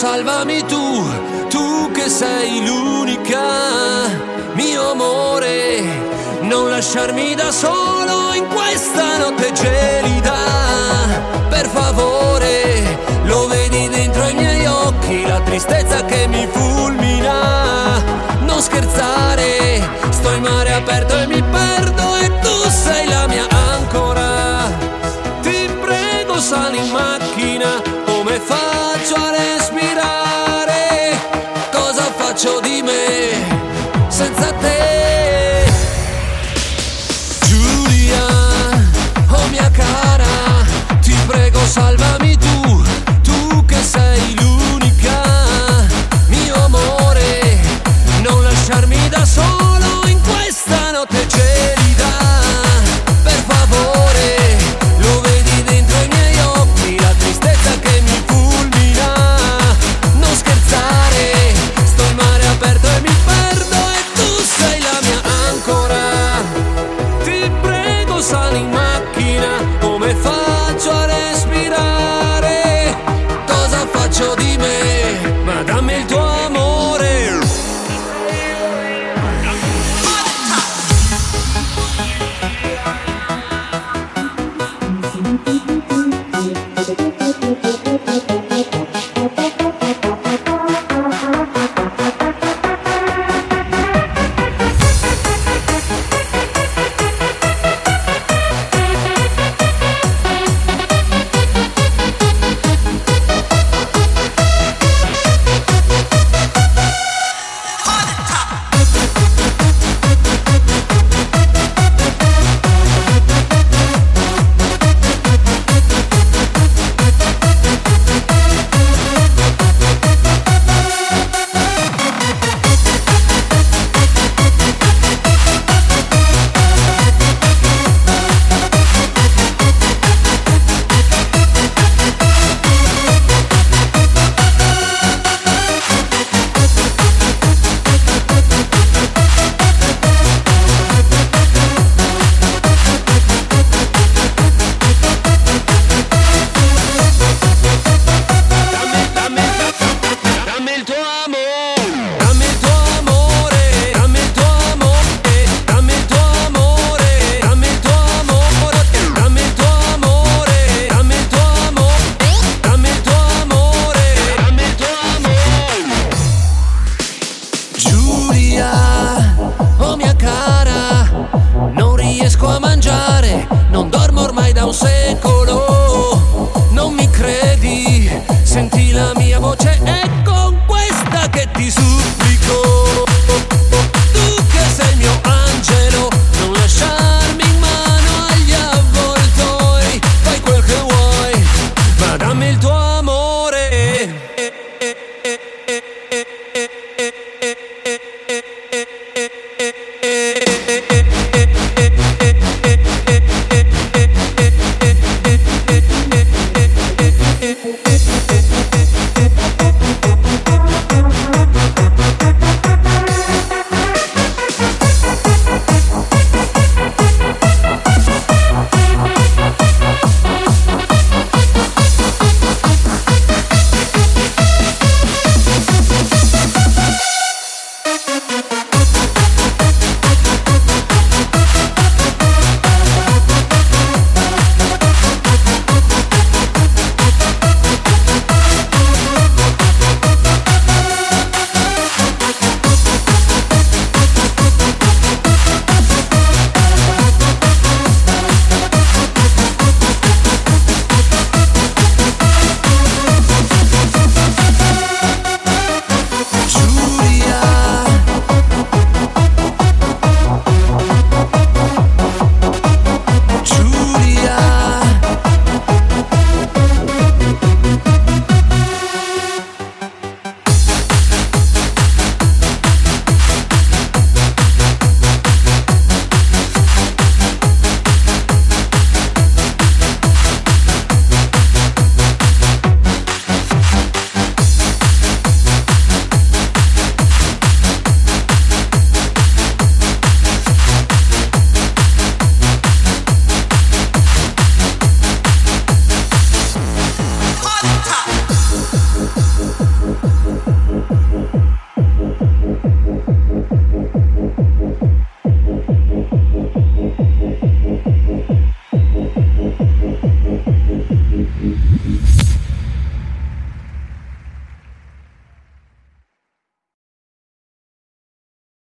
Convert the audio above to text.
salvami tu che sei l'unica, mio amore, non lasciarmi da solo in questa notte gelida, per favore, lo vedi dentro i miei occhi, la tristezza che mi fulmina, non scherzare, sto in mare aperto e mi perdo e tu sei la mia ancora, ti prego sali in macchina, come faccio a respirare, cosa faccio di me senza te? Giulia, oh mia cara, ti prego salvami tu che sei l'unica, mio amore, non lasciarmi da solo in questa notte gelida, per favore, lo vedi dentro i miei occhi, la tristezza che mi fulmina, non scherzare, sto in mare aperto e mi perdo e tu sei la mia ancora, ti prego sali in macchina, come faccio a respirare, cosa faccio di me, ma dammi il tuo amore. Oh mia cara, non riesco a mangiare, non dormo ormai da un secolo, non mi credi, senti la mia voce, è con questa che ti